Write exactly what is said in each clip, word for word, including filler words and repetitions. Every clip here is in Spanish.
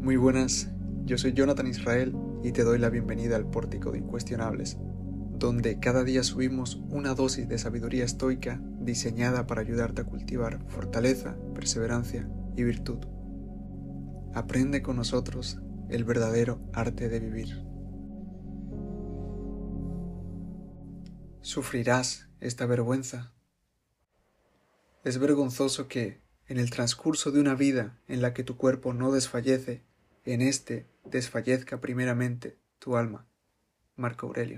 Muy buenas, yo soy Jonathan Israel y te doy la bienvenida al Pórtico de Incuestionables, donde cada día subimos una dosis de sabiduría estoica diseñada para ayudarte a cultivar fortaleza, perseverancia y virtud. Aprende con nosotros el verdadero arte de vivir. ¿Sufrirás esta vergüenza? Es vergonzoso que, en el transcurso de una vida en la que tu cuerpo no desfallece, en éste desfallezca primeramente tu alma. Marco Aurelio.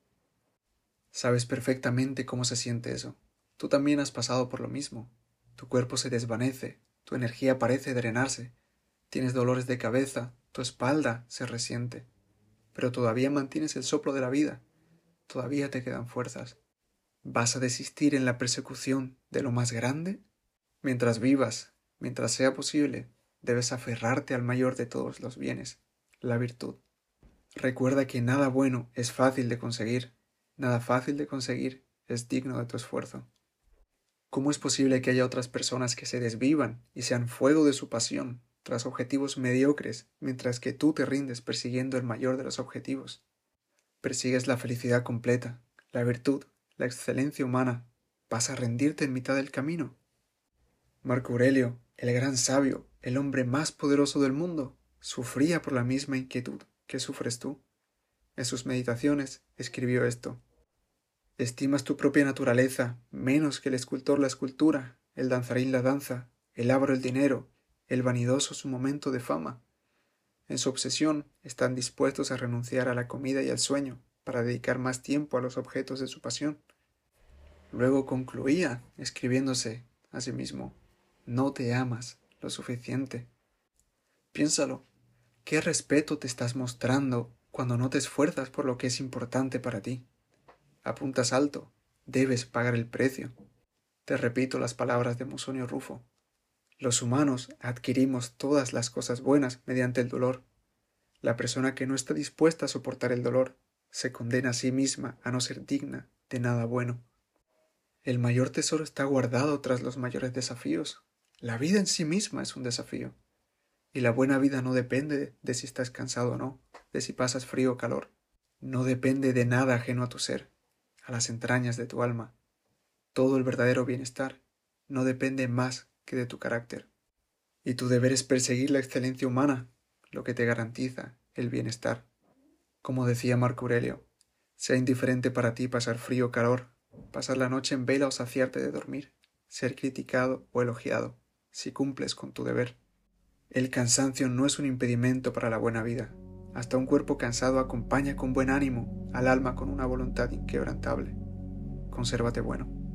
Sabes perfectamente cómo se siente eso. Tú también has pasado por lo mismo. Tu cuerpo se desvanece, tu energía parece drenarse, tienes dolores de cabeza, tu espalda se resiente, pero todavía mantienes el soplo de la vida, todavía te quedan fuerzas. ¿Vas a desistir en la persecución de lo más grande? Mientras vivas, mientras sea posible, debes aferrarte al mayor de todos los bienes, la virtud. Recuerda que nada bueno es fácil de conseguir, nada fácil de conseguir es digno de tu esfuerzo. ¿Cómo es posible que haya otras personas que se desvivan y sean fuego de su pasión tras objetivos mediocres, mientras que tú te rindes persiguiendo el mayor de los objetivos? Persigues la felicidad completa, la virtud, la excelencia humana. ¿Vas a rendirte en mitad del camino? Marco Aurelio, el gran sabio, el hombre más poderoso del mundo, sufría por la misma inquietud que sufres tú. En sus meditaciones escribió esto: ¿estimas tu propia naturaleza menos que el escultor la escultura, el danzarín la danza, el avaro el dinero, el vanidoso su momento de fama? En su obsesión están dispuestos a renunciar a la comida y al sueño para dedicar más tiempo a los objetos de su pasión. Luego concluía escribiéndose a sí mismo: no te amas lo suficiente. Piénsalo, ¿qué respeto te estás mostrando cuando no te esfuerzas por lo que es importante para ti? Apuntas alto, debes pagar el precio. Te repito las palabras de Musonio Rufo: los humanos adquirimos todas las cosas buenas mediante el dolor. La persona que no está dispuesta a soportar el dolor se condena a sí misma a no ser digna de nada bueno. El mayor tesoro está guardado tras los mayores desafíos. La vida en sí misma es un desafío. Y la buena vida no depende de si estás cansado o no, de si pasas frío o calor. No depende de nada ajeno a tu ser, a las entrañas de tu alma. Todo el verdadero bienestar no depende más que de tu carácter. Y tu deber es perseguir la excelencia humana, lo que te garantiza el bienestar. Como decía Marco Aurelio, sea indiferente para ti pasar frío o calor, pasar la noche en vela o saciarte de dormir, ser criticado o elogiado, si cumples con tu deber. El cansancio no es un impedimento para la buena vida. Hasta un cuerpo cansado acompaña con buen ánimo al alma con una voluntad inquebrantable. Consérvate bueno.